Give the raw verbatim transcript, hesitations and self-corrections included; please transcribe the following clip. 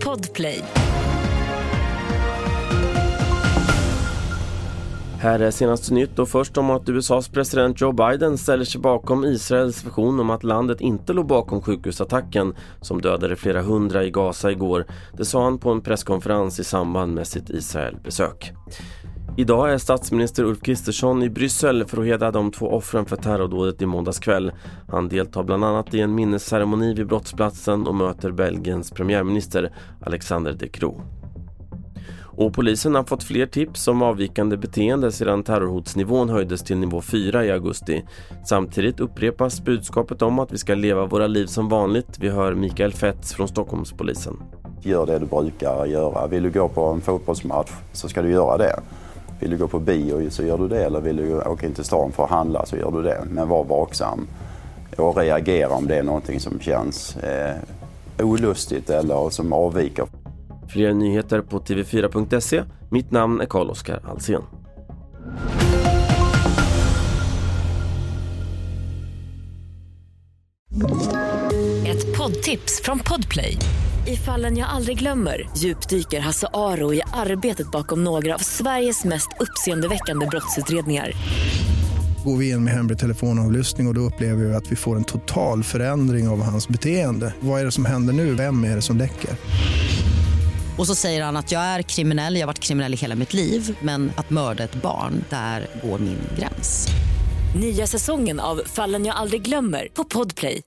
Podplay. Här är senaste nytt och först om att U S A:s president Joe Biden ställer sig bakom Israels version om att landet inte låg bakom sjukhusattacken som dödade flera hundra i Gaza igår. Det sa han på en presskonferens i samband med sitt Israelbesök. Idag är statsminister Ulf Kristersson i Bryssel för att hedra de två offren för terrordådet i måndags kväll. Han deltar bland annat i en minnesceremoni vid brottsplatsen och möter Belgiens premiärminister Alexander De Croo. Och polisen har fått fler tips om avvikande beteende sedan terrorhotsnivån höjdes till nivå fyra i augusti. Samtidigt upprepas budskapet om att vi ska leva våra liv som vanligt. Vi hör Mikael Fetz från Stockholmspolisen. Gör det du brukar göra. Vill du gå på en fotbollsmatch så ska du göra det. Vill du gå på bio så gör du det. Eller vill du åka in till stan för att handla så gör du det. Men var vaksam och reagera om det är någonting som känns eh, olustigt eller som avviker. Fler nyheter på T V fyra punkt se. Mitt namn är Carl-Oskar Alsen. Ett poddtips från Podplay. I Fallen jag aldrig glömmer djupdyker Hasse Aro i arbetet bakom några av Sveriges mest uppseendeväckande brottsutredningar. Går vi in med hemlig telefonavlyssning och, och då upplever vi att vi får en total förändring av hans beteende. Vad är det som händer nu? Vem är det som läcker? Och så säger han att jag är kriminell, jag har varit kriminell i hela mitt liv. Men att mörda ett barn, där går min gräns. Nya säsongen av Fallen jag aldrig glömmer på Podplay.